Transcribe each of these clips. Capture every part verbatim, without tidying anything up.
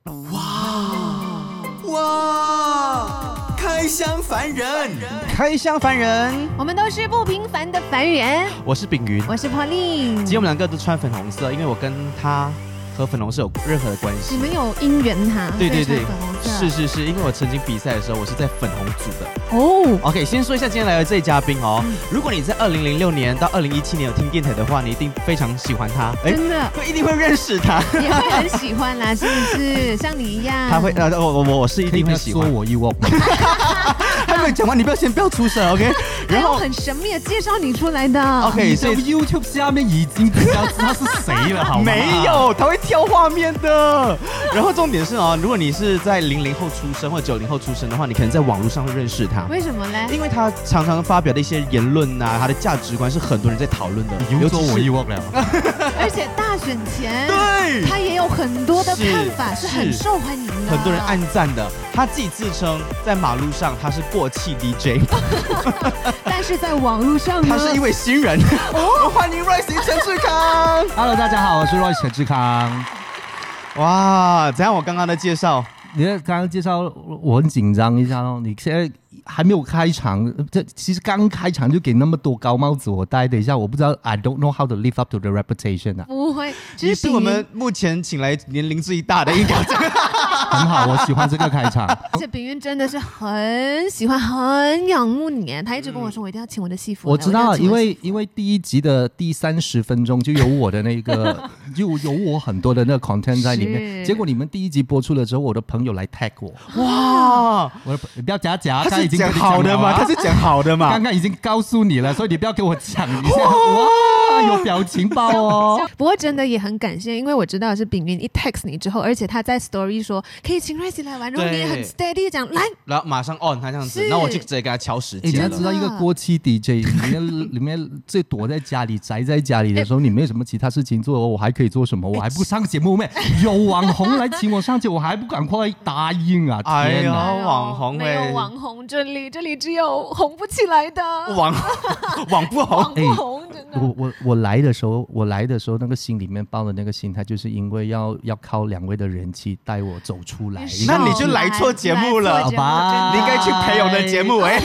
哇哇！开箱凡人， 开箱凡人， 我们都是不平凡的凡人。 我是炳云， 我是 Pauline。 今天我们两个都穿粉红色，因为我跟他和粉红色有任何的关系。 你们有姻缘哈？ 对对对， 粉红色是是是，因为我曾经比赛的时候，我是在粉红组的。 哦。 OK， 先说一下今天来的这位嘉宾哦。嗯、如果你在二零零六年到二零一七年有听电台的话，你一定非常喜欢他。 真的， 会一定会认识他， 也会很喜欢啦，是不是？像你一样。 他会呃，我我我是一定会喜欢。 说我一忘。 还没有讲完，你不要先不要出声 ，OK？ 然后很神秘的介绍你出来的 ，OK？ 所以 YouTube 下面已经知道他是谁了，好吗？ 没有，他会挑画面的。然后重点是哦，如果你是在零零后出生或九零后出生的话，你可能在网络上会认识他。 为什么呢？ 因为他常常发表的一些言论啊，他的价值观是很多人在讨论的。 有说我一忘了。 而且大选前， 对， 他也有很多的看法，是很受欢迎的， 很多人按赞的。他自己自称在马路上他是过气 D J， 但是在网络上他是一位新人。哦，欢迎 Royce 陈志康。 Hello， 大家好，我是 Royce 陈志康。 哇，怎样？我刚刚的介绍， 你刚刚介绍我很紧张一下哦。你现在还没有开场，这其实刚开场就给那么多高帽子我戴，等一下我不知道 I don't know how to live up to the reputation 啊。 不会， 你是我们目前请来年龄最大的一个。 很好，我喜欢这个开场。 而且炳云真的是很喜欢、很仰慕你，他一直跟我说我一定要请我的戏服。 我知道，因为因为第一集的第三十分钟就有我的那个，就有我很多的那个 content 在里面。结果你们第一集播出了之后，我的朋友来 tag 我， 哇！ 我的你不要假假， 他是讲好的嘛，他是讲好的嘛。 刚刚已经告诉你了，所以你不要给我讲一下。哇，有表情包哦。 不过真的也很感谢，因为我知道是炳云一 text 你之后，而且他在 story 说可以请 Royce 来玩，然后你也很 steady 讲来， 然后马上 on 他这样子，然后我就直接给他敲时间。 你要知道一个过气 D J 里面里面最躲在家里宅在家里的时候，你没有什么其他事情做，我还可以做什么？我还不上节目咩？有网红来请我上节，我还不赶快答应啊！ 哎呦，网红没有网红这里，这里只有红不起来的网网不红， 网不红真的。 我我我来的时候，我来的时候那个心里面抱的那个心态，就是因为要要靠两位的人气带我走出来。 那你就来错节目了， 好吧？ 你应该去裴勇的节目哎。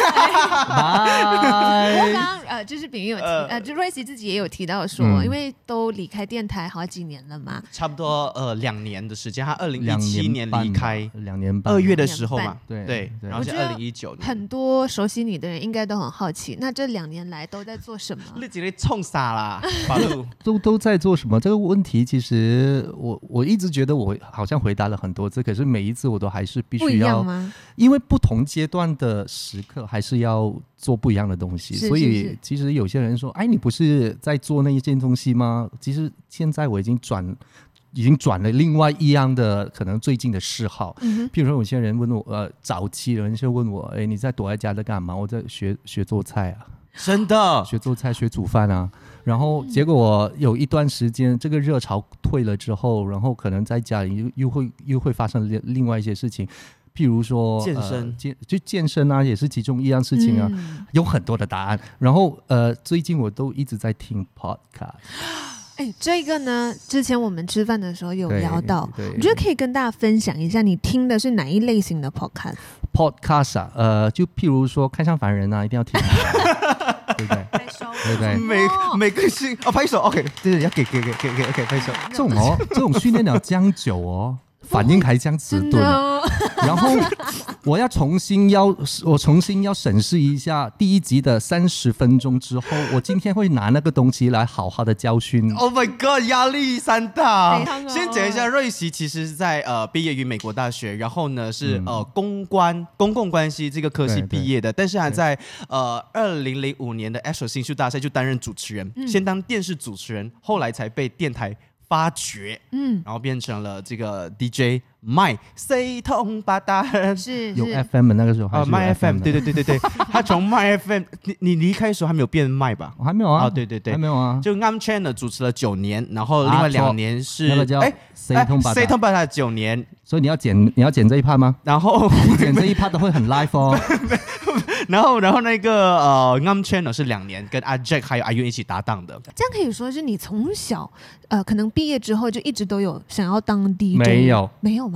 我刚刚呃，就是炳云有提呃，就 Royce 自己也有提到说，嗯、因为都离开电台好几年了嘛， 差不多呃两年的时间，他二零一七年离开， 两年半， 二月的时候嘛， 对对，然后是二零一九年。 很多熟悉你的人应该都很好奇，那这两年来都在做什么？ 你直接冲傻啦， 都都在做什么？这个问题其实我我一直觉得我好像回答了很多次，可是每一次我都还是必须要，因为不同阶段的时刻还是要做不一样的东西，所以其实有些人说，哎，你不是在做那一件东西吗？其实现在我已经转。已经转了另外一样的可能最近的嗜好，嗯、譬如说有些人问我，呃，早期人就问我，哎，你在躲在家在干嘛？我在学学做菜啊， 真的学做菜学煮饭啊。然后结果我有一段时间这个热潮退了之后，然后可能在家里又又会又会发生另外一些事情。譬如说健身、 呃、健就健身啊，也是其中一样事情啊，嗯、有很多的答案。然后呃，最近我都一直在听 podcast。 哎，这个呢，之前我们吃饭的时候有聊到，我觉得可以跟大家分享一下，你听的是哪一类型的 podcast？ podcast 啊，呃，就譬如说《开箱凡人》啊，一定要听，对不对？ 拍手， 对不对？ 每每个星哦，拍手 ，OK， 对对，要给给给给给 OK 拍手。 这种哦，这种训练了将久哦。反应还将迟钝，然后我要重新要我重新要审视一下第一集的三十分钟之后，我今天会拿那个东西来好好的教训。 Oh my god， 压力山大。先讲一下，瑞希其实是在呃毕业于美国大学，然后呢是、嗯、呃公关公共关系这个科系毕业的，但是还在呃二零零五年的 Astro 新秀大赛就担任主持人、嗯，先当电视主持人，后来才被电台发掘，嗯，然后变成了这个 D J My 四通八达， 是有 F M 那个时候还是有 My F M， 对对对对对，他从 My F M， 你你离开的时候还没有变 My 吧？ 我还没有啊， 哦对对对， 还没有啊， 就 Am Channel 主持了九年，然后另外两年是、 啊、那个叫哎四通八达， 四通八达九年， 所以你要剪你要剪这一 part 吗？ 然后你剪这一 part 都会很 live 哦。 然后，然后那个呃 ，Am Channel 是两年，跟阿 Jack 还有阿 Yun 一起搭档的。 这样可以说是你从小呃，可能毕业之后就一直都有想要当 D J？ 没有， 没有吗？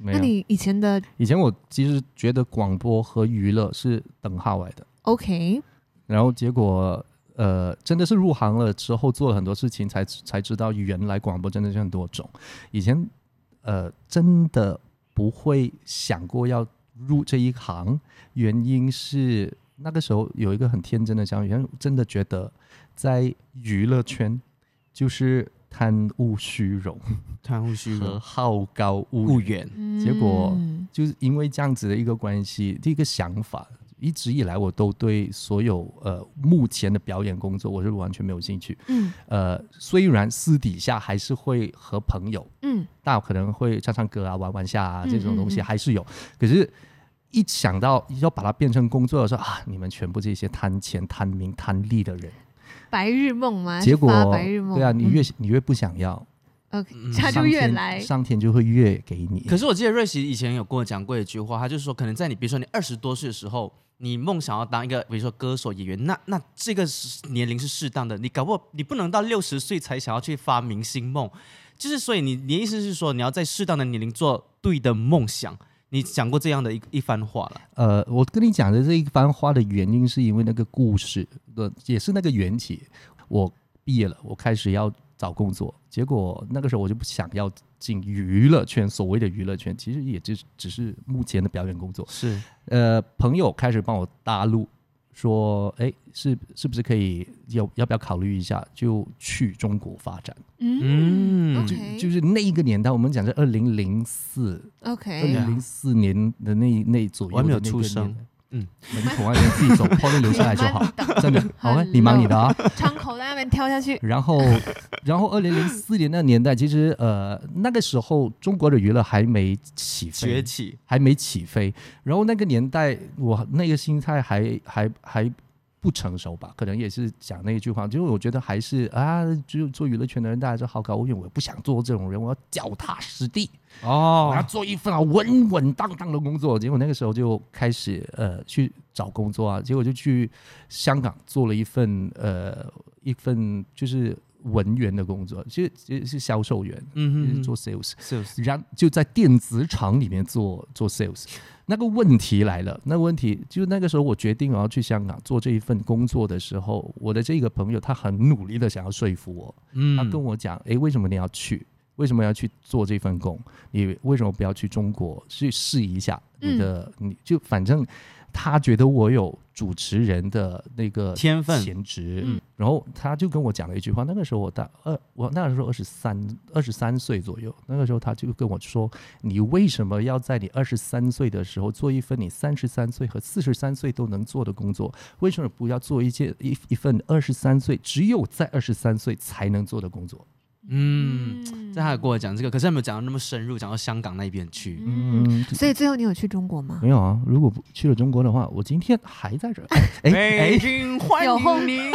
那你以前的以前我其实觉得广播和娱乐是等号来的 OK， 然后结果呃真的是入行了之后做了很多事情才才知道原来广播真的是很多种，以前呃真的不会想过要入这一行，原因是那个时候有一个很天真的想法，真的觉得在娱乐圈就是贪污虚荣， 贪污虚荣和好高骛远，结果就是因为这样子的一个关系，这个想法，一直以来我都对所有呃目前的表演工作我是完全没有兴趣。嗯，呃，虽然私底下还是会和朋友，嗯，大家可能会唱唱歌啊、玩玩下啊这种东西还是有，嗯嗯嗯可是。一想到要把它变成工作的时候啊，你们全部这些贪钱、贪名、贪利的人， 白日梦吗？ 结果白日梦， 对啊，你越、嗯、你越不想要 ，OK， 他就越来， 上天就会越给你。 可是我记得瑞希以前有跟我讲过一句话，他就是说，可能在你比如说你二十多岁的时候，你梦想要当一个比如说歌手、演员，那那这个年龄是适当的，你搞不好你不能到六十岁才想要去发明星梦，就是所以你你的意思是说，你要在适当的年龄做对的梦想。你讲过这样的 一, 一番话了？ 呃，我跟你讲的这一番话的原因是因为那个故事，也是那个缘起。我毕业了，我开始要找工作，结果那个时候我就不想要进娱乐圈，所谓的娱乐圈，其实也就只是目前的表演工作。 是， 呃，朋友开始帮我搭路，说，哎，是是不是可以要要不要考虑一下，就去中国发展？ 嗯， 就就是那一个年代，我们讲是二零零四 ，OK， 二零零四年的那那左右的那个年代， 我还没有出生。 嗯，你从外面自己走，后面留下来就好，真的。好，你忙你的啊。 窗口在那边跳下去。 然后，然后二零零四年那个年代，其实呃那个时候中国的娱乐还没起飞， 崛起还没起飞。然后那个年代，我那个心态还还还不成熟吧，可能也是讲那一句话，就是我觉得还是啊，就做娱乐圈的人，大家是好高骛远，我不想做这种人，我要脚踏实地。哦，我要做一份啊稳稳当当的工作。结果那个时候就开始呃去找工作啊，结果就去香港做了一份呃一份就是文员的工作，其实是销售员，嗯，就是做 sales， sales， 然后就在电子厂里面做做 sales。那个问题来了，那个问题就那个时候我决定我要去香港做这一份工作的时候，我的这个朋友他很努力的想要说服我，嗯，他跟我讲，哎，为什么你要去？为什么要去做这份工？你为什么不要去中国去试一下你的？嗯、你就反正他觉得我有主持人的那个天分潜质，嗯、然后他就跟我讲了一句话。那个时候我大二，我那个时候二十三，二十三岁左右。那个时候他就跟我说：“你为什么要在你二十三岁的时候做一份你三十三岁和四十三岁都能做的工作？为什么不要做一件一一份二十三岁只有在二十三岁才能做的工作？” 嗯，在他跟我讲这个，可是他没有讲到那么深入，讲到香港那边去。 嗯，所以最后你有去中国吗？ 没有啊，如果不去了中国的话，我今天还在这儿。 北京欢迎你。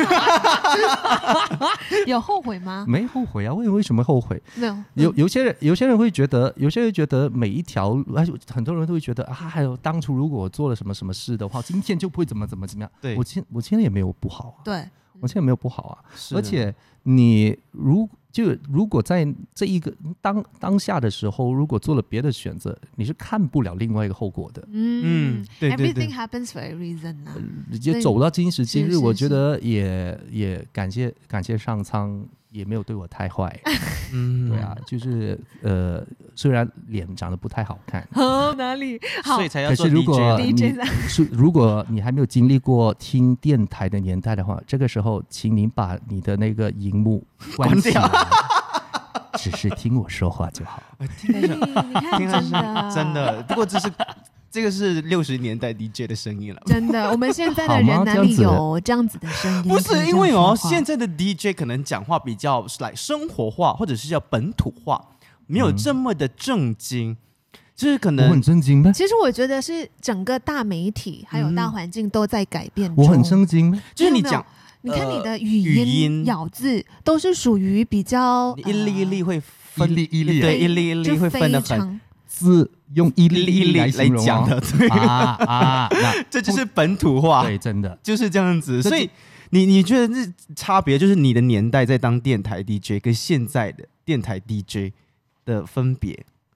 有后悔吗？ 没后悔啊，为为什么后悔？ 没有。 有有些人，有些人会觉得，有些人觉得每一条，很多人都会觉得啊，还有当初如果我做了什么什么事的话，今天就不会怎么怎么怎么样。 对， 我今我今天也没有不好啊。 对， 我现在没有不好啊。而且你如就如果在这一个当当下的时候，如果做了别的选择，你是看不了另外一个后果的。 嗯，对对对 ，Everything happens for a reason 啊。 也走到今时今日，我觉得也也感谢感谢上苍，也没有对我太坏。嗯，对啊，就是呃，虽然脸长得不太好看， 哦，哪里好， 所以才要做 D J。 D J 是如果你还没有经历过听电台的年代的话，这个时候，请您把你的那个荧幕关掉，只是听我说话就好。 听的是，你看，真的， 真的。不过这是这个是六十年代 D J 的声音了。 真的，我们现在的人哪里有这样子的声音？ 不是因为哦，现在的 D J 可能讲话比较来生活化，或者是叫本土化，没有这么的正经。嗯，就是可能我很震惊吗？ 其实我觉得是整个大媒体还有大环境都在改变中。 我很震惊吗？ 就是你讲， 你看你的语音、呃、语音咬字都是属于比较一粒一粒会分， 一粒一粒， 对，一粒一粒会分得很字用一粒一粒来来讲的，对啊啊，那这就是本土化， 对，真的就是这样子。所以你你觉得这差别就是你的年代在当电台 D J 跟现在的电台 D J 的分别？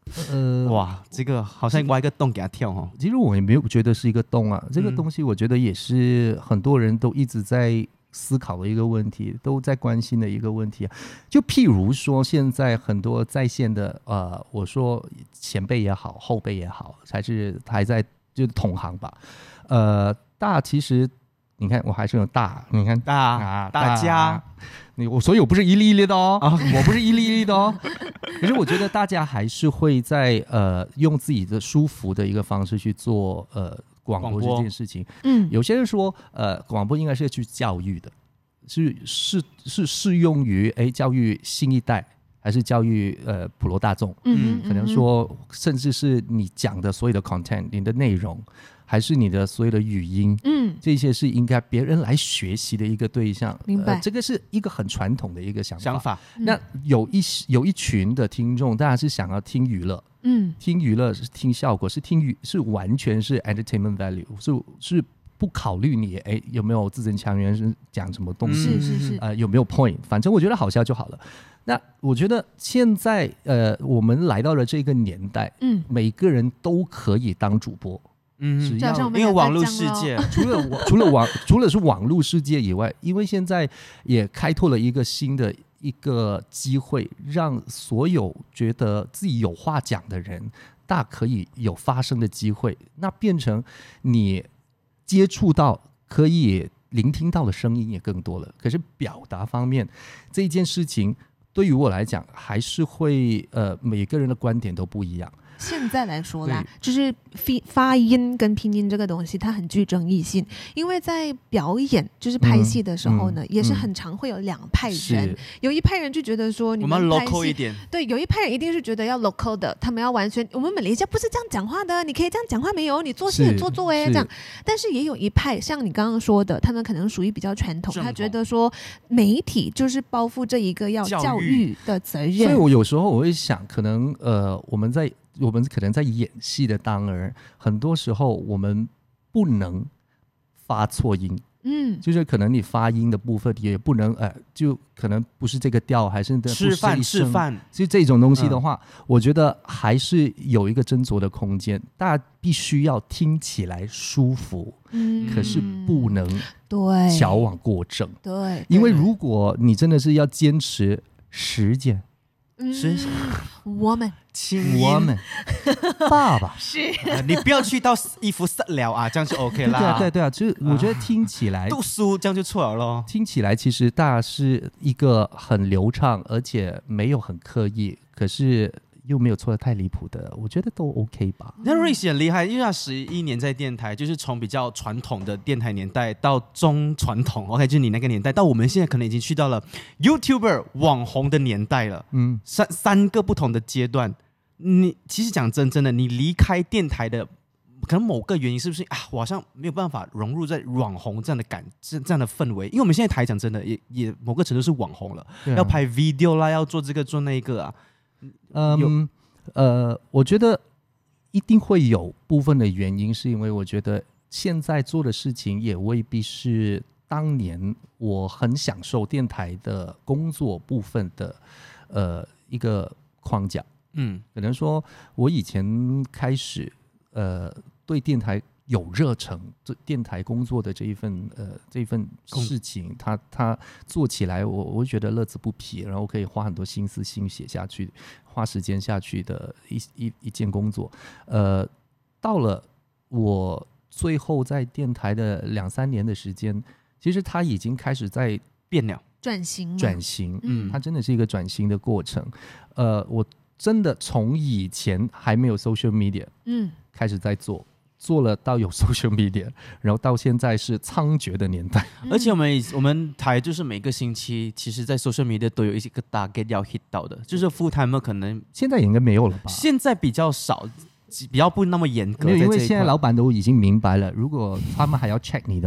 呃，哇，这个好像挖一个洞给他跳哦。 其实我也没有觉得是一个洞啊，这个东西我觉得也是很多人都一直在思考的一个问题，都在关心的一个问题啊。就譬如说，现在很多在线的呃，我说前辈也好，后辈也好，还是还在就是同行吧，呃，大其实。你看，我还是有大，你看大啊，大家， 你我所以我不是一粒一粒的哦，啊、我不是一粒一粒的哦。可是我觉得大家还是会在呃用自己的舒服的一个方式去做呃广播这件事情。嗯，有些人说呃广播应该是去教育的，是是是适用于哎教育新一代。还是教育呃普罗大众，嗯，可能说甚至是你讲的所有的 content， 你的内容，还是你的所有的语音，嗯，这些是应该别人来学习的一个对象。 明白、呃， 这个是一个很传统的一个想法。 想法。 那有一有一群的听众，当然是想要听娱乐，嗯，听娱乐是听效果，是听是完全是 entertainment value， 是是。不考虑你哎有没有字正腔圆是讲什么东西， 是是是， 呃有没有 point， 反正我觉得好笑就好了。那我觉得现在呃我们来到了这个年代，嗯，每个人都可以当主播， 嗯，只要因为网络世界， 除了除了网除了是网络世界以外，因为现在也开拓了一个新的一个机会，让所有觉得自己有话讲的人，大可以有发声的机会，那变成你。接触到可以聆听到的声音也更多了，可是表达方面这一件事情对于我来讲还是会呃每个人的观点都不一样。 现在来说啦，就是发音跟拼音这个东西它很具争议性，因为在表演就是拍戏的时候呢、嗯嗯、也是很常会有两派人，有一派人就觉得说你们拍戏 local 一点， 对，有一派人一定是觉得要 local 的，他们要完全我们马来西亚不是这样讲话的，你可以这样讲话没有，你做戏也做作哎这样。但是也有一派像你刚刚说的，他们可能属于比较传统，他觉得说媒体就是包袱这一个要教育的责任。 所以我有时候我会想可能呃我们在我们可能在演戏的当儿，很多时候我们不能发错音，嗯，就是可能你发音的部分也不能，呃，就可能不是这个调，还是吃饭吃饭， 就这种东西的话、嗯，我觉得还是有一个斟酌的空间，大家必须要听起来舒服，嗯，可是不能对矫枉过正， 对， 因为如果你真的是要坚持实践。 是、嗯、我们我们爸爸是、 呃、你不要去到衣服湿了啊，这样就 OK 啦。 对啊对啊对啊，就是我觉得听起来读书这样就错了咯。 听起来其实大家是一个很流畅，而且没有很刻意，可是又没有错的太离谱的，我觉得都 OK 吧。 那瑞希很厉害，因为他十一年在电台，就是从比较传统的电台年代到中传统 ，OK， 就是你那个年代，到我们现在可能已经去到了 YouTuber 网红的年代了。嗯，三三个不同的阶段。你其实讲真真的，你离开电台的可能某个原因，是不是啊？我好像没有办法融入在网红这样的感这这样的氛围，因为我们现在台讲真的也也某个程度是网红了，啊、要拍 video 啦，要做这个做那个啊。 嗯，呃，我觉得一定会有部分的原因，是因为我觉得现在做的事情也未必是当年我很享受电台的工作部分的呃一个框架。嗯，可能说我以前开始呃对电台有热忱，对电台工作的这一份呃这一份事情，他他做起来我我会觉得乐此不疲，然后可以花很多心思心血下去，花时间下去的一一一件工作。呃，到了我最后在电台的两三年的时间，其实他已经开始在变了， 转型转型，嗯，它真的是一个转型的过程。呃，我真的从以前还没有 social media， 嗯，开始在做。做了到有 social media， 然后到现在是猖獗的年代， 而且我们我们台就是每个星期，其实在 social media 都有一个 target 要 hit 到的，就是 full timer 可能现在应该没有了吧？ 现在比较少，比较不那么严格。 因为现在老板都已经明白了，如果他们还要 check 你的话，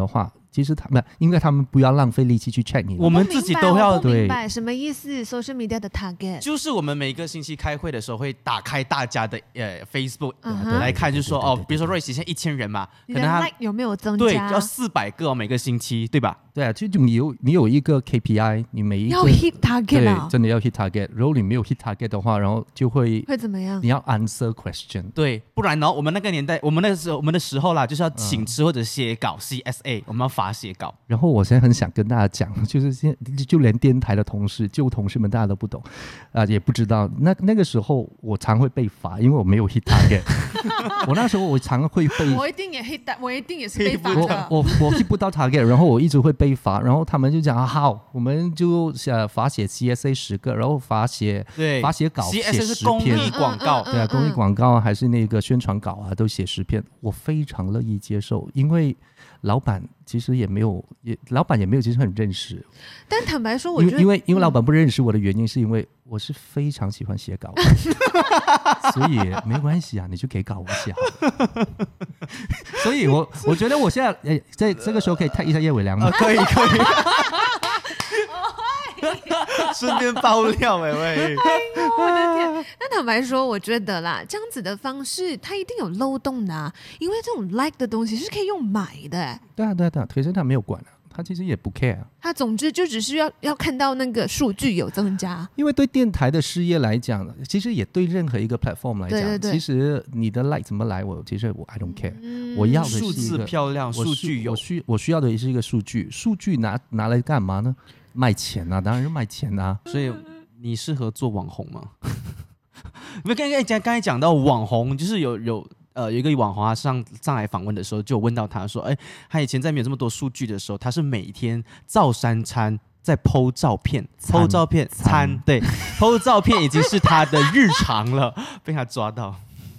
其实他们因为他们不要浪费力气去 check 你， 我们自己都要。 我不明白什么意思 social media 的 target 就是我们每个星期开会的时候会打开大家的呃 Facebook、uh-huh. 来看，就是说哦，比如说瑞喜现在一千人嘛，可能他 like 有没有增加？ 对，要四百个、哦、每个星期，对吧？ 对啊，就你有你有一个 K P I， 你每一个要 hit target 啊，对，真的要 hit target。如果你没有 hit target 的话，然后就会会怎么样？ 你要 answer question， 对，不然呢，我们那个年代，我们那个时候，我们的时候啦，就是要请吃或者写稿、嗯、C S A， 我们要罚写稿。 然后我现在很想跟大家讲，就是现就连电台的同事、旧同事们，大家都不懂，啊、呃，也不知道。那那个时候我常会被罚，因为我没有 hit target。我那时候我常会被， 我一定也 hit， 我一定也是被罚的。 我我我 hit 不到 target， 然后我一直会被罚，然后他们就讲好，我们就呃罚写 C S A 十个，然后罚写对罚写稿 C S A 是公益广告， 对啊，公益广告啊，还是那个宣传稿啊，都写十篇，我非常乐意接受，因为老板其实也没有，也老板也没有其实很认识。 但坦白说，我觉得因为因为老板不认识我的原因，是因为我是非常喜欢写稿的，所以没关系啊，你就给稿我写好了。所以我我觉得我现在诶，在这个时候可以tag一下叶伟良吗？ 啊、可以可以。顺便爆料哎、欸、喂！ 哎呦我的天！但坦白说，我觉得啦，这样子的方式它一定有漏洞的、啊，因为这种 like 的东西是可以用买的、欸。 对啊对啊对啊，可是他没有管啊，他其实也不 care、啊。 他总之就只是要要看到那个数据有增加。 因为对电台的事业来讲，其实也对任何一个 platform 来讲， 对对对， 其实你的 like 怎么来，我其实我 I don't care、嗯。我要的是一个数字漂亮，数据有， 我需我需要的是一个数据，数据拿拿来干嘛呢？卖钱啊，当然是卖钱啊。 所以你适合做网红吗？因为刚才讲刚才讲到网红，就是有有呃有一个网红啊上上来访问的时候，就问到他说，哎，他以前在没有这么多数据的时候，他是每天照三餐在 po 照片 ，po 照片餐, 餐对 ，po 照片已经是他的日常了，被他抓到。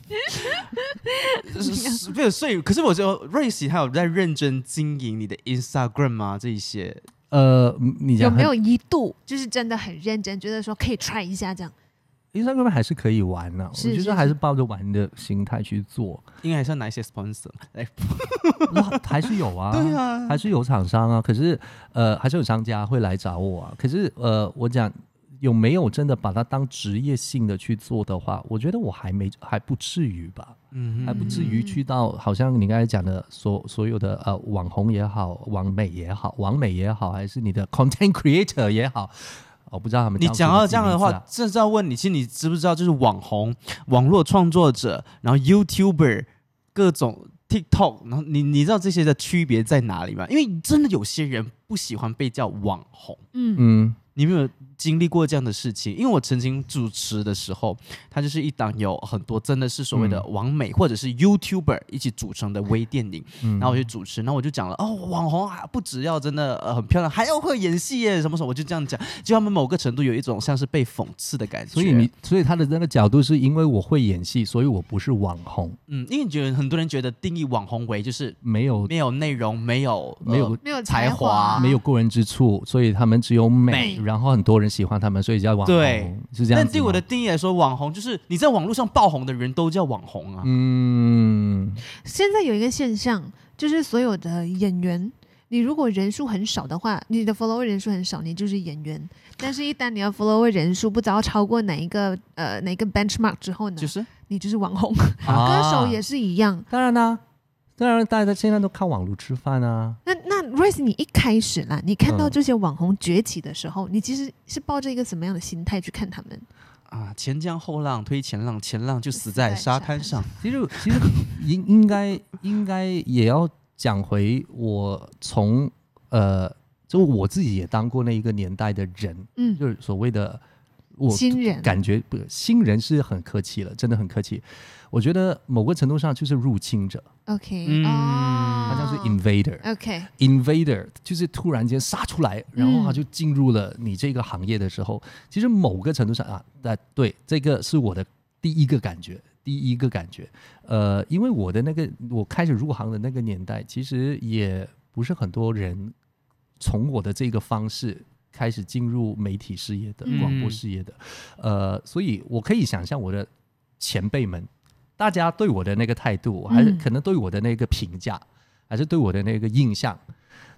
是所以，可是我觉得瑞喜他有在认真经营你的 Instagram 吗？这一些。 呃，你有没有一度就是真的很认真，觉得说可以 try 一下这样 ？Instagram 还是可以玩的、啊，我觉得还是抱着玩的心态去做。 应该还是要拿一些 sponsor 来， 还是有啊， 对啊， 还是有厂商啊。可是呃，还是有商家会来找我啊。可是呃，我讲有没有真的把它当职业性的去做的话，我觉得我还没还不至于吧。嗯，还不至于去到好像你刚才讲的所所有的呃网红也好，网美也好，网美也好，还是你的 content creator 也好，我不知道他们。 你讲到这样的话，真的要问你，其实你知不知道，就是网红、网络创作者，然后 YouTuber 各种 TikTok， 然后你你知道这些的区别在哪里吗？因为真的有些人不喜欢被叫网红。嗯嗯。你有没有经历过这样的事情？因为我曾经主持的时候，它就是一档有很多真的是所谓的网美、嗯、或者是 YouTuber 一起组成的微电影、嗯、然后我去主持，然后我就讲了哦，网红啊不只要真的、呃、很漂亮，还要会演戏耶，什么什么，我就这样讲，就他们某个程度有一种像是被讽刺的感觉。 所以你，所以他的那个角度是因为我会演戏，所以我不是网红。 嗯，因为觉得很多人觉得定义网红为就是没有没有内容，没有没有、 呃、没有才华， 没有过人之处，所以他们只有美。美然后很多人喜欢他们，所以叫网红。 对， 是这样子。 但对我的定义来说，网红就是你在网络上爆红的人都叫网红啊。 嗯，现在有一个现象，就是所有的演员，你如果人数很少的话，你的 follower 人数很少，你就是演员。但是，一旦你的 follower 人数不知道超过哪一个呃哪个 benchmark 之后呢，就是你就是网红。啊、歌手也是一样。 当然啦、啊。当然，大家现在都靠网络吃饭啊。 那那 Royce， 你一开始啦，你看到这些网红崛起的时候，嗯、你其实是抱着一个什么样的心态去看他们？ 啊，前江后浪推前浪，前浪就死在沙滩上。 其实，其实应应该应该也要讲回我从呃，就我自己也当过那一个年代的人，嗯，就是所谓的我新人， 感觉不新人是很客气了，真的很客气。我觉得某个程度上就是入侵者 ，OK， 嗯， 他像是 invader，OK，invader、okay. 就是突然间杀出来，然后他就进入了你这个行业的时候，嗯、其实某个程度上啊，对，这个是我的第一个感觉，第一个感觉，呃，因为我的那个我开始入行的那个年代，其实也不是很多人从我的这个方式开始进入媒体事业的、广播事业的，嗯、呃，所以我可以想象我的前辈们。大家对我的那个态度，还是可能对我的那个评价，还是对我的那个印象，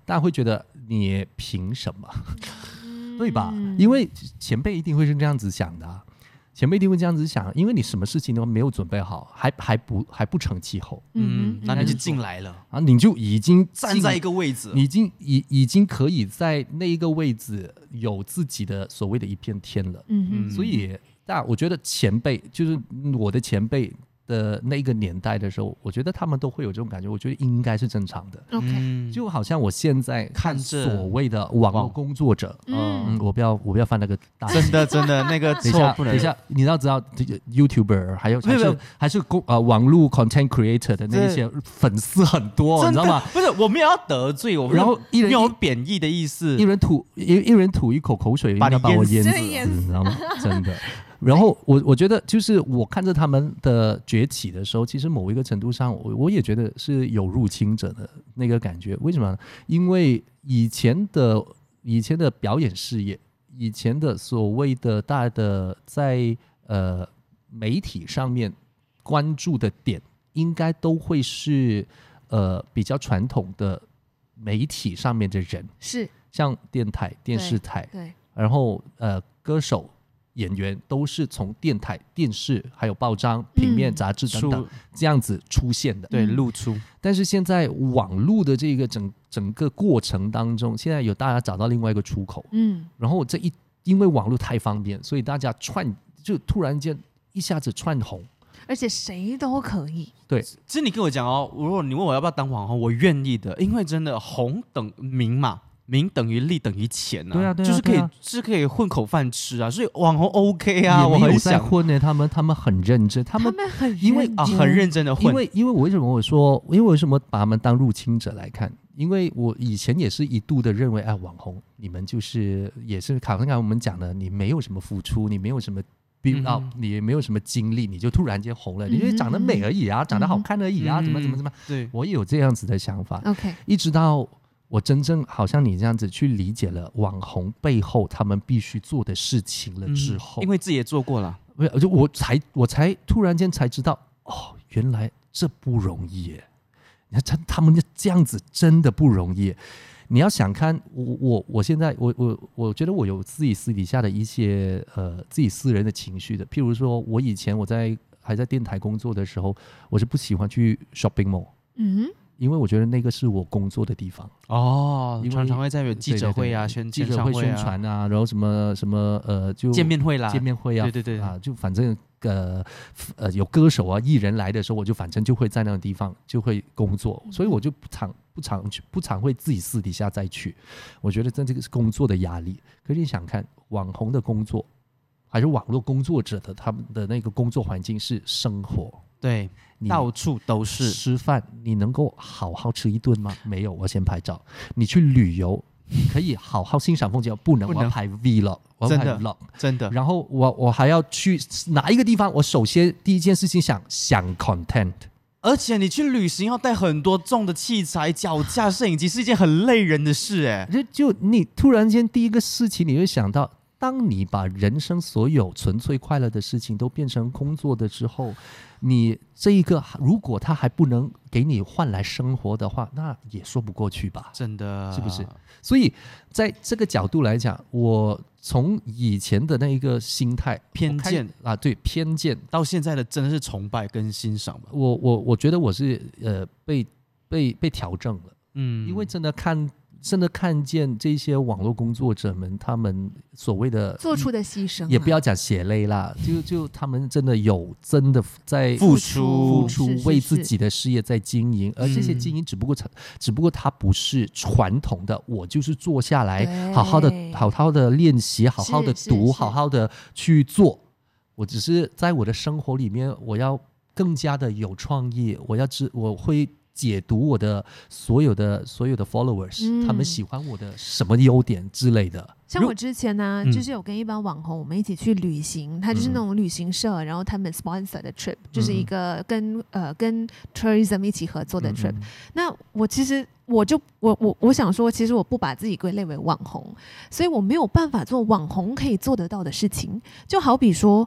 大家会觉得你凭什么？对吧？因为前辈一定会是这样子想的、啊，前辈一定会这样子想，因为你什么事情都没有准备好，还还不还不成气候， 嗯，那你就进来了啊，你就已经站在一个位置， 你已经已已经可以在那一个位置有自己的所谓的一片天了，嗯，所以但我觉得前辈就是我的前辈的那个年代的时候，我觉得他们都会有这种感觉，我觉得应该是正常的。 OK， 就好像我现在看所谓的网络工作者，嗯，嗯我不要我不要犯那个大， 真的真的那个错不能。 等一下，你要知道这个 YouTuber 还有还是还是公呃网络 content creator 的那些粉丝很多，你知道吗？ 不是，我们也要得罪我， 然后一人有贬义的意思， 一人吐一一人吐一口口水， 把你把我淹死， 你知道吗？真的。然后我我觉得就是我看着他们的崛起的时候，其实某一个程度上我我也觉得是有入侵者的那个感觉。为什么呢？因为以前的以前的表演事业，以前的所谓的大的在呃媒体上面关注的点，应该都会是呃比较传统的媒体上面的人， 是像电台、电视台， 对，对然后呃歌手。演员都是从电台、电视、还有报章、平面、杂志等等、嗯、这样子出现的， 对，露出。 但是现在网络的这个整整个过程当中，现在有大家找到另外一个出口，嗯，然后这一因为网络太方便，所以大家串就突然间一下子串红， 而且谁都可以。 对， 其实你跟我讲哦，如果你问我要不要当网红，我愿意的，因为真的红等名嘛。名等于利等于钱啊， 对啊，对啊， 就是可以、 啊、 是可以混口饭吃啊，所以网红 OK 啊，我很想混呢，他们他们很认真，他们他们很因为啊很认真的混， 因为因为我为什么我说，因为为什么把他们当入侵者来看？因为我以前也是一度的认为，哎，网红你们就是也是刚刚我们讲的，你没有什么付出，你没有什么。build up、嗯、你也没有什么经历，你就突然间红了，嗯、你就长得美而已啊，嗯、长得好看而已啊，嗯、怎么怎么怎么？ 对， 我也有这样子的想法。 OK， 一直到。我真正好像你这样子去理解了网红背后他们必须做的事情了之后， 嗯、因为自己也做过了， 就我才我才突然间才知道，哦，原来这不容易耶！你看他们这样子真的不容易。你要想看我我我现在我我我觉得我有自己私底下的一些呃自己私人的情绪的，譬如说我以前我在还在电台工作的时候，我是不喜欢去 shopping mall。嗯。因为我觉得那个是我工作的地方哦，常常会在有记者会啊、 宣记者会宣传啊，然后什么什么呃，就见面会啦， 见面会啊， 对对对啊，就反正呃呃有歌手啊、艺人来的时候，我就反正就会在那个地方就会工作，嗯、所以我就不常不常去，不常会自己私底下再去。我觉得这这个是工作的压力。可是你想看网红的工作，还是网络工作者的他们的那个工作环境是生活。 对，到处都是吃饭，你能够好好吃一顿吗？没有，我先拍照。你去旅游，你可以好好欣赏风景，不能，我要拍 vlog， 我要拍 vlog， 真的。 然后我我还要去哪一个地方？我首先第一件事情想想 content， 而且你去旅行要带很多重的器材、脚架、摄影机，是一件很累人的事哎。 就就你突然间第一个事情，你会想到。当你把人生所有纯粹快乐的事情都变成工作的时候，你这一个如果他还不能给你换来生活的话，那也说不过去吧？ 真的， 是不是？所以在这个角度来讲，我从以前的那一个心态偏见啊，对偏见， 到现在的真的是崇拜跟欣赏吧。 我我我觉得我是呃被被被调整了，嗯，因为真的看。真的看见这些网络工作者们，他们所谓的做出的牺牲、啊， 也不要讲血泪啦，就就他们真的有真的在付出， 付出为自己的事业在经营，而这些经营只不过、嗯、只不过它不是传统的，我就是坐下来好好的好好的练习，好好的读，好好的去做。我只是在我的生活里面，我要更加的有创意，我要知我会。解读我的所有的所有的 followers、嗯、他们喜欢我的什么优点之类的。 像我之前呢、啊嗯、就是有跟一帮网红我们一起去旅行，他就是那种旅行社、嗯、然后他们 sponsor 的 trip、嗯、就是一个跟呃跟 tourism 一起合作的 trip、嗯、那我其实我就我我我想说其实我不把自己归类为网红，所以我没有办法做网红可以做得到的事情，就好比说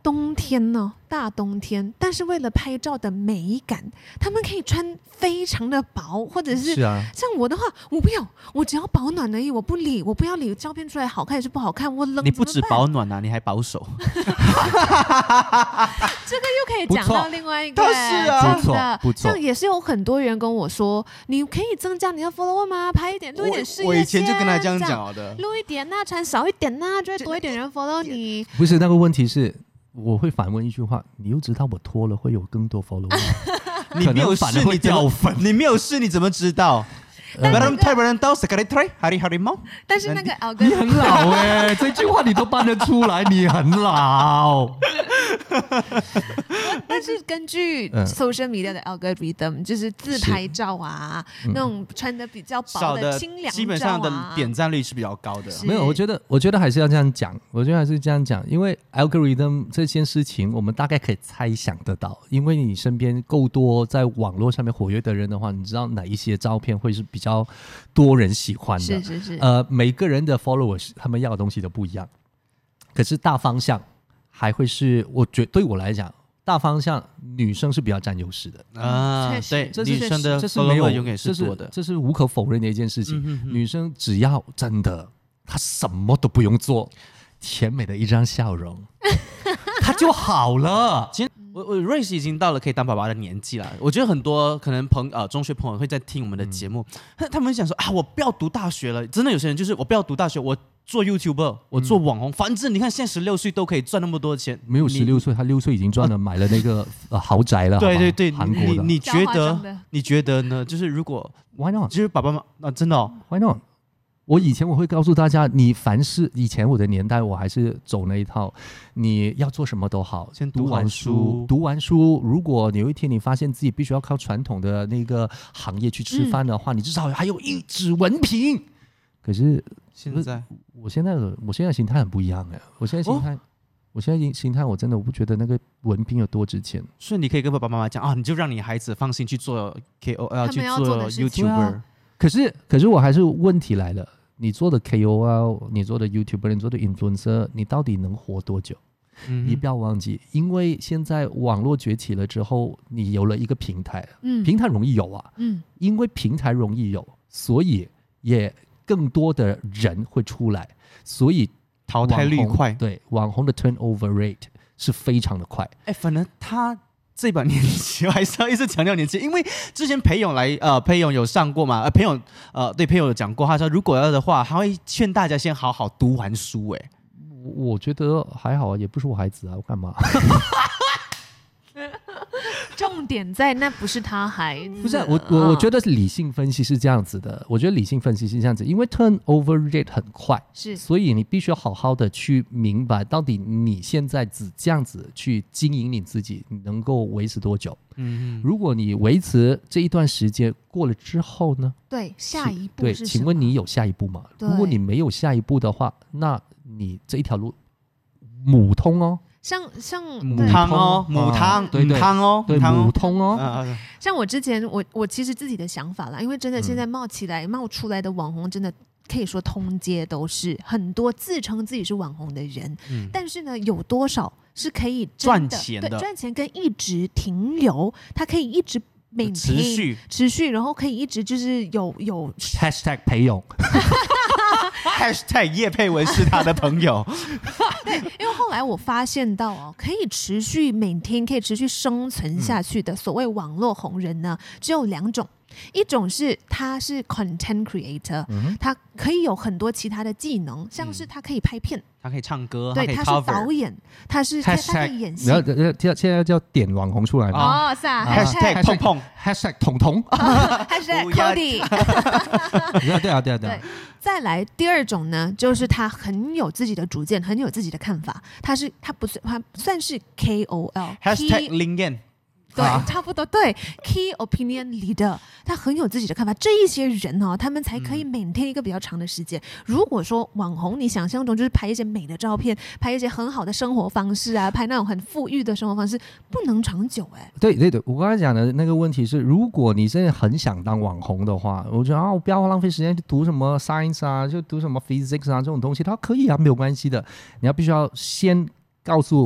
冬天呢，大冬天，但是为了拍照的美感，他们可以穿非常的薄，或者是, 是、啊、 像我的话，我不要，我只要保暖而已，我不理，我不要理照片出来好看还是不好看，我冷。 你不止保暖啊，你还保守。 这个又可以讲到另外一个， 是啊， 不错不错。 像也是有很多人跟我说，你可以增加你的 follower 吗？拍一点，录一点事业线。 我以前就跟他这样讲的， 录一点啊，穿少一点啊，就会多一点人 follow 你。 不是那个问题是。我会反问一句话，你又知道我脱了会有更多 follower 你没有试你掉粉，你没有试你怎么知道？但是、那個、 但是那个 algorithm 你很老哎、欸，这句话你都搬得出来，你很老。 但是根据 social media 的 algorithm， 就是自拍照啊，那种穿的比较薄的清凉照啊， 基本上的点赞率是比较高的。 没有，我觉得，我觉得还是要这样讲，我觉得还是这样讲，因为 algorithm 这件事情，我们大概可以猜想得到，因为你身边够多在网络上面活跃的人的话，你知道哪一些照片会是比较多人喜欢的。 是是是。 呃，每个人的 followers 他们要的东西都不一样，可是大方向还会是，我觉得对我来讲。大方向，女生是比较占优势的啊，对，女生的 follower 永远是多的， 这是无可否认的一件事情。嗯、女生只要真的，她什么都不用做，甜美的一张笑容，她就好了。 其实我我瑞士已经到了可以当爸爸的年纪了，我觉得很多可能朋呃中学朋友会在听我们的节目，嗯、他们想说啊，我不要读大学了，真的有些人就是我不要读大学，我。做 YouTuber， 我做网红，嗯、反正你看现在十六岁都可以赚那么多钱。 没有十六岁，他六岁已经赚了，买了那个、呃、豪宅了。 对对对， 韩国的。 你你觉得？你觉得呢？就是如果 Why not？ 就是爸爸妈妈、啊、真的、哦、 Why not？ 我以前我会告诉大家，你凡是以前我的年代，我还是走那一套，你要做什么都好， 先读完书，读完书。如果有一天你发现自己必须要靠传统的那个行业去吃饭的话，嗯、你至少还有一纸文凭。可是现在， 我现在的我现在心态很不一样哎，我现在心态，哦、我现在心态我真的我不觉得那个文凭有多值钱。 所以你可以跟爸爸妈妈讲啊，你就让你孩子放心去做 K O L， 去做 YouTuber。 啊、可是可是我还是问题来了，你做的 K O L， 你做的 YouTuber， 你做的 Influencer， 你到底能活多久？嗯、你不要忘记，因为现在网络崛起了之后，你有了一个平台，嗯、平台容易有啊，嗯、因为平台容易有，所以也。更多的人会出来，所以淘汰率快。 对，网红的 turnover rate 是非常的快。 哎，反正他这把年纪，我还是要一直强调年纪，因为之前裴勇来，呃，裴勇有上过嘛，呃，裴勇，呃，对，裴勇有讲过，他说如果要的话，他会劝大家先好好读完书。哎， 我我觉得还好啊，也不是我孩子啊，我干嘛？ 重点在那不是他孩子， 不是、啊、我我我觉得理性分析是这样子的，我觉得理性分析是这样子，因为 turnover rate 很快， 是， 所以你必须要好好的去明白，到底你现在只这样子去经营你自己，你能够维持多久？嗯，如果你维持这一段时间过了之后呢？ 对，下一步对， 是什么？ 请问你有下一步吗？如果你没有下一步的话，那你这一条路母通哦。 像像母汤哦，母汤， 对对， 母汤哦， 对母通哦。 啊、 像我之前，我我其实自己的想法啦，因为真的现在冒起来、嗯、冒出来的网红，真的可以说通街都是很多自称自己是网红的人，嗯、但是呢，有多少是可以赚钱的？ 对，赚钱跟一直停留，它可以一直每持续持续，然后可以一直就是有有 hashtag 裴勇。 hashtag 叶佩文是他的朋友。 对，因为后来我发现到哦，可以持续每天可以持续生存下去的所谓网络红人呢，只有两种。一种是他是 content creator，嗯、他可以有很多其他的技能，像是他可以拍片， 他可以唱歌， 对，他, 他是导演，他是他可以演戏。 然后现在叫点网红出来嘛？哦，是啊 ，hashtag 碰碰 ，hashtag 彤彤 ，hashtag Cody。 对啊，对啊，对啊， 对。再来第二种呢，就是他很有自己的主见，很有自己的看法，他是他不算他算是 K O L，hashtag 林燕。 对，啊、差不多对 ，key opinion leader， 他很有自己的看法。这一些人哦，他们才可以maintain一个比较长的时间。嗯、如果说网红，你想象中就是拍一些美的照片，拍一些很好的生活方式啊，拍那种很富裕的生活方式，不能长久哎。 对对对，我刚才讲的那个问题是，如果你真的很想当网红的话，我觉得啊，我不要浪费时间去读什么 science 啊，就读什么 physics 啊这种东西，它可以啊，没有关系的。你要必须要先告诉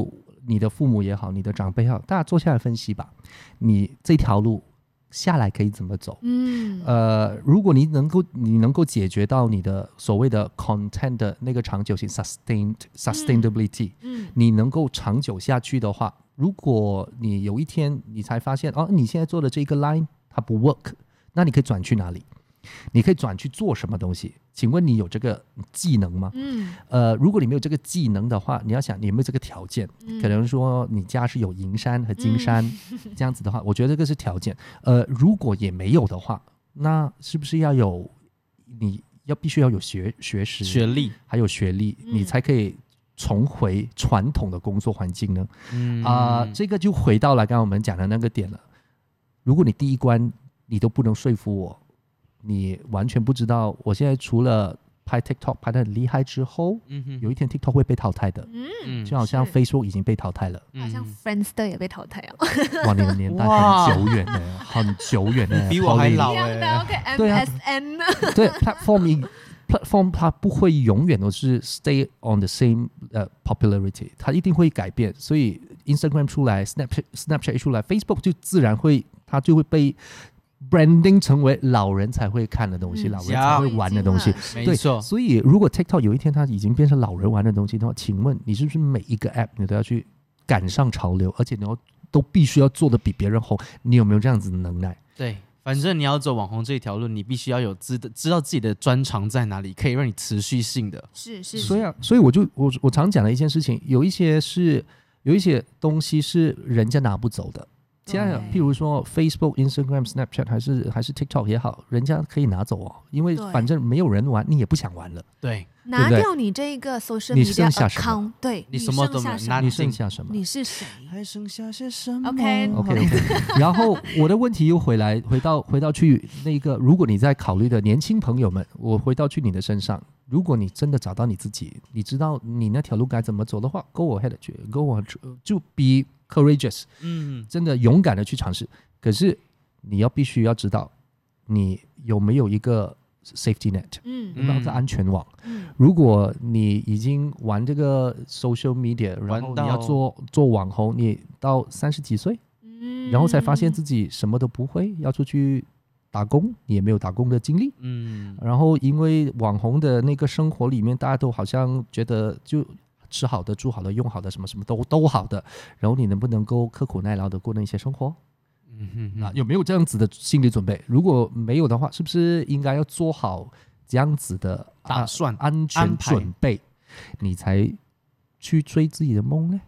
你的父母也好，你的长辈也好，大家坐下来分析吧，你这条路下来可以怎么走？嗯，呃，如果你能够你能够解决到你的所谓的 content 的那个长久性 sustained sustainability，嗯，你能够长久下去的话，如果你有一天你才发现哦，你现在做的这个 line 它不 work， 那你可以转去哪里？你可以转去做什么东西？请问你有这个技能吗？嗯，呃，如果你没有这个技能的话，你要想你有没有这个条件？嗯、可能说你家是有银山和金山、嗯、这样子的话，我觉得这个是条件。呃，如果也没有的话，那是不是要有你要必须要有学学识、 学历， 还有学历，嗯、你才可以重回传统的工作环境呢？嗯啊、呃，这个就回到了刚刚我们讲的那个点了。如果你第一关你都不能说服我。你完全不知道，我现在除了拍 TikTok 拍得很厉害之后，嗯、有一天 TikTok 会被淘汰的，嗯、就好像 Facebook 已经被淘汰了， 好像 Friendster 也被淘汰了。 哇，你的年代很久远的，很久远的， 比我还老哎、 欸。对啊 ，M S N 对 platform platform 它不会永远都是 stay on the same、uh, popularity， 它一定会改变。所以 Instagram 出来 ，Snapchat Snapchat 出来 ，Facebook 就自然会，它就会被。branding 成为老人才会看的东西，嗯、老人才会玩的东西， 对， 所以如果 TikTok 有一天它已经变成老人玩的东西的话，请问你是不是每一个 app 你都要去赶上潮流，而且你要都必须要做的比别人红？你有没有这样子的能耐？ 对，反正你要走网红这一条路，你必须要有知知道自己的专长在哪里，可以让你持续性的。 是是， 所以啊，所以我就我我常讲的一件事情，有一些是有一些东西是人家拿不走的。现在譬如说 Facebook、Instagram、Snapchat 还是还是 TikTok 也好，人家可以拿走哦，因为反正没有人玩，你也不想玩了。 对， 拿掉你这个 social media account， 对， 你什么都没有， 你剩下什么？ 你是谁？ 还剩下些什么 ？OK OK OK。然后我的问题又回来，回到回到去那个，如果你在考虑的年轻朋友们，我回到去你的身上，如果你真的找到你自己，你知道你那条路该怎么走的话 ，Go ahead 去 ，Go on 就 be courageous， 嗯，真的勇敢的去尝试。可是你要必须要知道，你有没有一个 safety net， 嗯，有没有一个安全网？嗯，如果你已经玩这个 social media， 然后你要做做网红，你到三十几岁，嗯，然后才发现自己什么都不会，要出去打工，你也没有打工的经历，嗯，然后因为网红的那个生活里面，大家都好像觉得就吃好的、住好的、用好的，什么什么都都好的，然后你能不能够刻苦耐劳的过那些生活？嗯哼哼，啊，有没有这样子的心理准备？如果没有的话，是不是应该要做好这样子的打算、 啊、安全准备，你才去追自己的梦呢？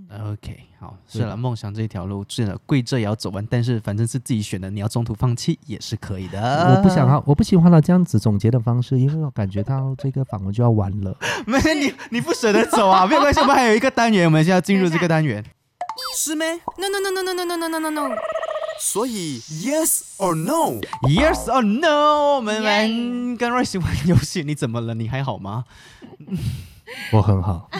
OK， 好，是了，梦想这一条路是了，跪着也要走完，但是反正是自己选的，你要中途放弃也是可以的。 我不想啊，我不喜欢他这样子总结的方式，因为我感觉到这个访问就要完了。 没，你你不舍得走啊？没有关系，我们还有一个单元，我们现在要进入这个单元。 是咩 ？No no no no no no no no no no。所以 Yes or No？ Yes or No？ 我们来跟 Royce 玩游戏，你怎么了？你还好吗？ 我很好。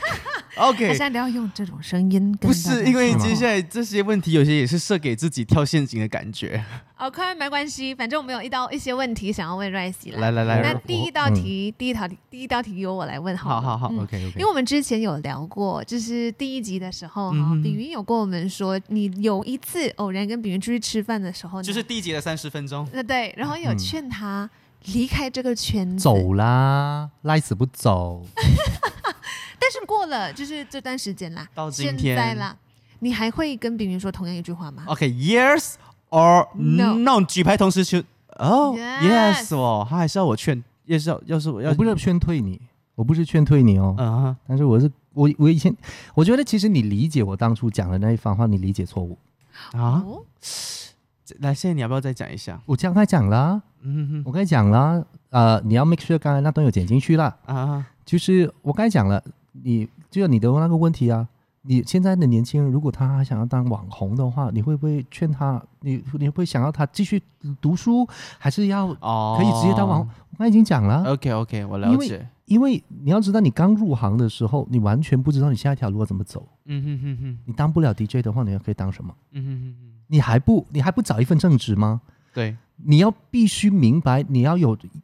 OK， 大家不要用这种声音跟。 不是，因为接下来这些问题有些也是设给自己跳陷阱的感觉。 OK， 没关系，反正我们有一道一些问题想要问 Royce。 来来来， 那第一道题，嗯、第一道题，第一道题由我来问好了。 好好好、 嗯、 ，OK OK。 因为我们之前有聊过，就是第一集的时候哈，嗯、炳云有跟我们说，你有一次偶然跟炳云出去吃饭的时候， 就是第一集的三十分钟。 那对，然后有劝他离开这个圈子， 走啦，赖死不走。 但是过了就是这段时间啦， 到今天现在啦，你还会跟炳云说同样一句话吗 ？OK，Yes or No？ No 举牌同时去哦 ，Yes ，Yes 哦，他还是要我劝，要是要要是我要， 我不是劝退你，我不是劝退你哦，嗯、uh ， huh. 但是我是我我以前我觉得其实你理解我当初讲的那一番话，你理解错误啊。哦来，现在你要不要再讲一下？ 我刚才讲了，嗯哼，我刚才讲了，呃，你要 make sure 刚才那段有剪进去了啊，就是我刚才讲了，你就像你的那个问题啊，你现在的年轻人如果他还想要当网红的话，你会不会劝他？你你会想要他继续读书，还是要可以直接当网红？哦、我刚才已经讲了。 OK OK， 我了解。 因为, 因为你要知道，你刚入行的时候，你完全不知道你下一条路要怎么走。嗯哼哼哼。你当不了 D J 的话，你可以当什么？嗯哼哼哼。你还不你还不找一份正职吗？ 对， 你要必须明白，你要有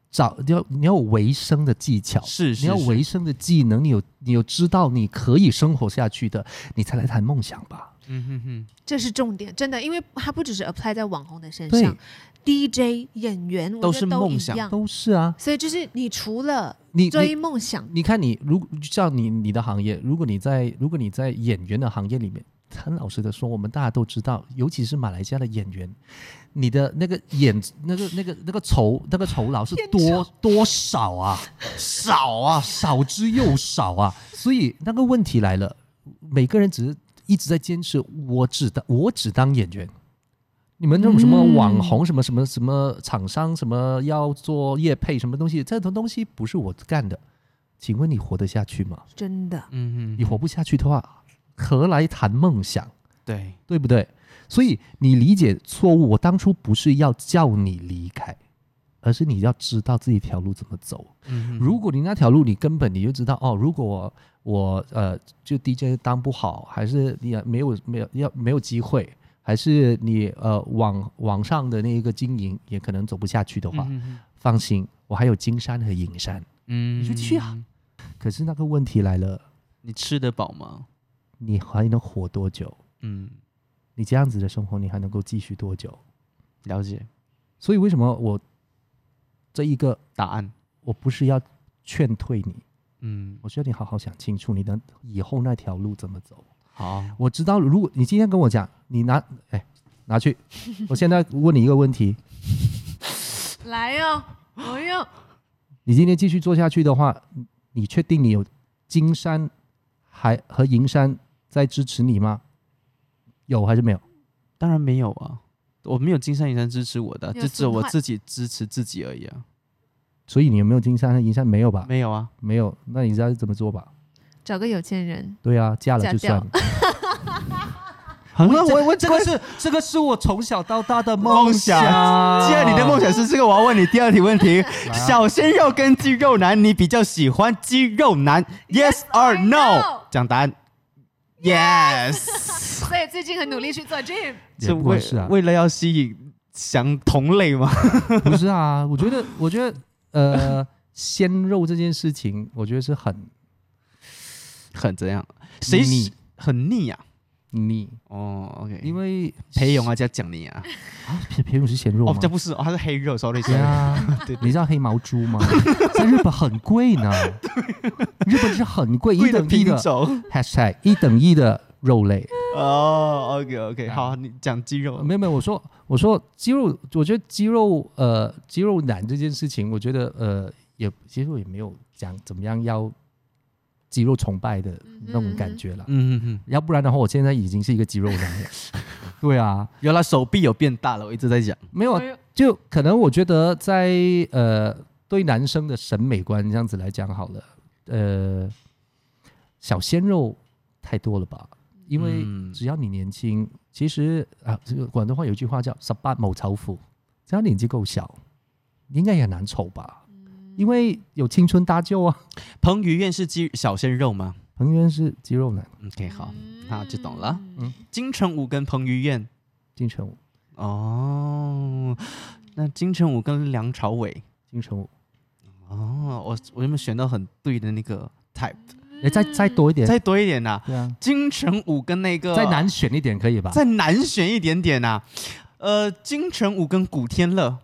找你要你要有维生的技巧， 是是你要维生的技能，你有你有知道你可以生活下去的，你才来谈梦想吧。 嗯哼哼， 这是重点，真的，因为它不只是 apply 在网红的身上 ，D J 演员都是梦想， 都都是啊。 所以就是你除了你追梦想， 你, 你看你如像你你的行业，如果你在如果你在演员的行业里面，很老实的说，我们大家都知道，尤其是马来西亚的演员，你的那个演那个那个那个酬那个酬劳是多多少啊？少啊，少之又少啊。所以那个问题来了，每个人只是一直在坚持，我只当我只当演员。你们那种什么网红、嗯、什么什么什么厂商什么要做业配什么东西，这种东西不是我干的。请问你活得下去吗？ 真的， 嗯， 你活不下去的话，何来谈梦想？ 对， 对不对？所以你理解错误，我当初不是要叫你离开，而是你要知道自己条路怎么走。嗯，如果你那条路你根本你就知道哦，如果我我呃就 D J 当不好，还是你没有没有要没有机会，还是你呃网网上的那个经营也可能走不下去的话，嗯、放心，我还有金山和银山，嗯，你就继续啊。可是那个问题来了， 你吃得饱吗？ 你还能活多久？ 嗯， 你这样子的生活，你还能够继续多久？ 了解。 所以为什么我这一个答案， 我不是要劝退你， 嗯， 我需要你好好想清楚，你的以后那条路怎么走。 好， 我知道，如果你今天跟我讲，你拿，哎，拿去。我现在问你一个问题， 来哟，我要。 你今天继续做下去的话，你确定你有金山还和银山在支持你吗？有还是没有？ 当然没有啊，我没有金山银山支持我的，就只有我自己支持自己而已啊。 所以你有没有金山和银山？没有吧？ 没有啊， 没有。那你知道怎么做吧？ 找个有钱人。 对啊，嫁了就算了。 我我我这个是这个是我从小到大的梦想。 既然你的梦想是这个，我要问你第二题问题：小鲜肉跟肌肉男，你比较喜欢肌肉男 ？Yes or no？ 讲答案。Yes。 所以最近很努力去做 gym。 也不是啊， 为了要吸引想同类吗？ 不是啊，我觉得我觉得呃，鲜肉这件事情，我觉得是很很怎样？谁腻？很腻啊。 腻哦 ，OK， 因为裴勇啊，这样讲你啊， 啊，裴裴勇是鲜肉吗？ 哦，这不是，哦，他是黑肉 ，sorry， 对啊，对，你知道黑毛猪吗？在日本很贵呢，日本是很贵，一等一的 hashtag 一等一的肉类。 哦 ，OK OK， 好，你讲肌肉， 没有没有，我说我说肌肉，我觉得肌肉呃肌肉男这件事情，我觉得呃也其实我也没有讲怎么样要。肌肉崇拜的那种感觉了， 嗯哼哼， 要不然的话，我现在已经是一个肌肉男了。对啊， 原来手臂有变大了，我一直在讲。 没有，就可能我觉得在呃对男生的审美观这样子来讲好了，呃，小鲜肉太多了吧？因为只要你年轻，其实啊，这个广东话有一句话叫"十八冇丑婦"，只要年纪够小，应该也难丑吧？因为有青春搭救啊。 彭于晏是肌小鲜肉吗？ 彭于晏是肌肉男。 OK， 好，那就懂了。嗯，金城武跟彭于晏， 金城武。 哦，那金城武跟梁朝伟， 金城武。 哦，我我有没有选到很对的那个 type？ 哎，再再多一点， 再多一点呐、啊。 对啊， 金城武跟那个再难选一点可以吧？ 再难选一点点呐、啊。呃，金城武跟古天乐。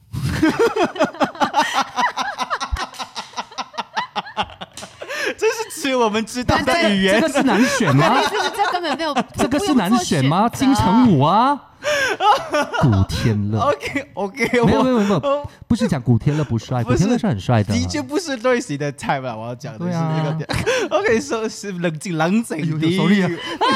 这是只有我们知道的语言， 这个是难选吗？ 这根本没有， 这个是难选吗？金城武啊，古天乐。 OK OK， 没有没有没有，不是讲古天乐不帅，古天乐是很帅的， 的确不是类型的 type 啦。我要讲的是这个。啊、OK， 说、so, 是冷静冷静啲。 手力啊！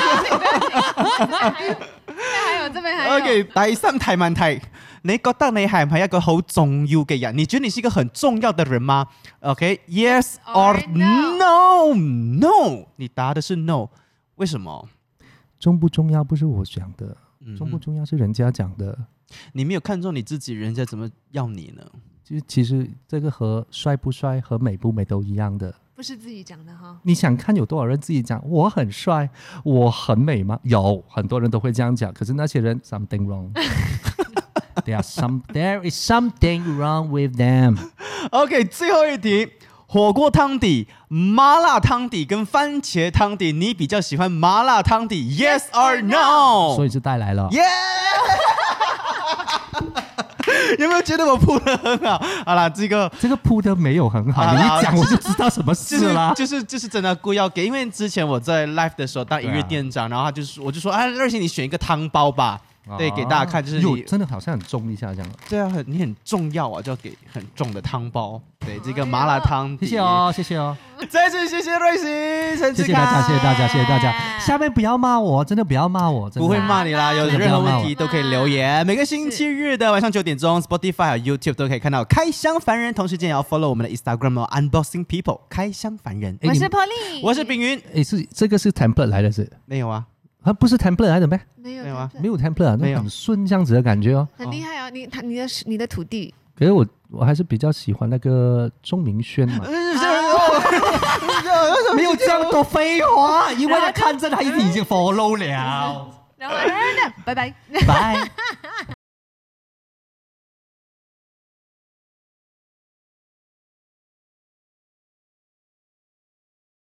还有這邊還有 OK， 第三題問題，你覺得你係唔係一個好重要嘅人？你覺得你是一個很重要的人嗎 ？OK，Yes、okay, or no？No， no， 你答的是 no， 為什麼？ 重不重要不是我講的，重不重要是人家講的。 你沒有看中你自己，人家怎麼要你呢？ 其實其實這個和帥不帥和美不美都一樣的。 不是自己講的哈， 你想看有多少人自己講我很帥我很美嗎？有很多人都會這樣講，可是那些人 something wrong there are some there is something wrong with them. OK， 最后一题，火锅汤底、麻辣汤底跟番茄汤底，你比较喜欢麻辣汤底 ？Yes or no？ 所以是带来了。 耶！有没有觉得我铺的很好？好啦，这个这个铺的没有很好，你一讲我就知道什么事了。 就是就是就是真的故意要给，因为之前我在 live 的时候当一日店长，然后他就是我就说啊，瑞希你选一个汤包吧。对，给大家看，就是你真的好像很重一下这样。 对啊，很你很重要啊，就要给很重的汤包。对，这个麻辣汤， 谢谢哦，谢谢哦。 再次谢谢瑞希，陈志谢谢大家，谢谢大家，谢谢大家。下面不要骂我，真的不要骂我， 不会骂你啦。有任何问题都可以留言。每个星期日的晚上九点钟 ，Spotify 还有 YouTube 都可以看到开箱凡人。同时间也要 follow 我们的 Instagram 哦 ，Unboxing People 开箱凡人。 我是 Pauline， 我是炳云。 诶，是这个是 template 来的是？ 没有啊。 它不是 template 来的咩？ 没有， 没有啊， 没有 template， 没有很顺这样子的感觉哦， 很厉害哦，你他你的你的土地。 可是我我还是比较喜欢那个钟明轩嘛，没有这样多废话，因为他看着他已经 follow 了。 然后，拜拜， 拜。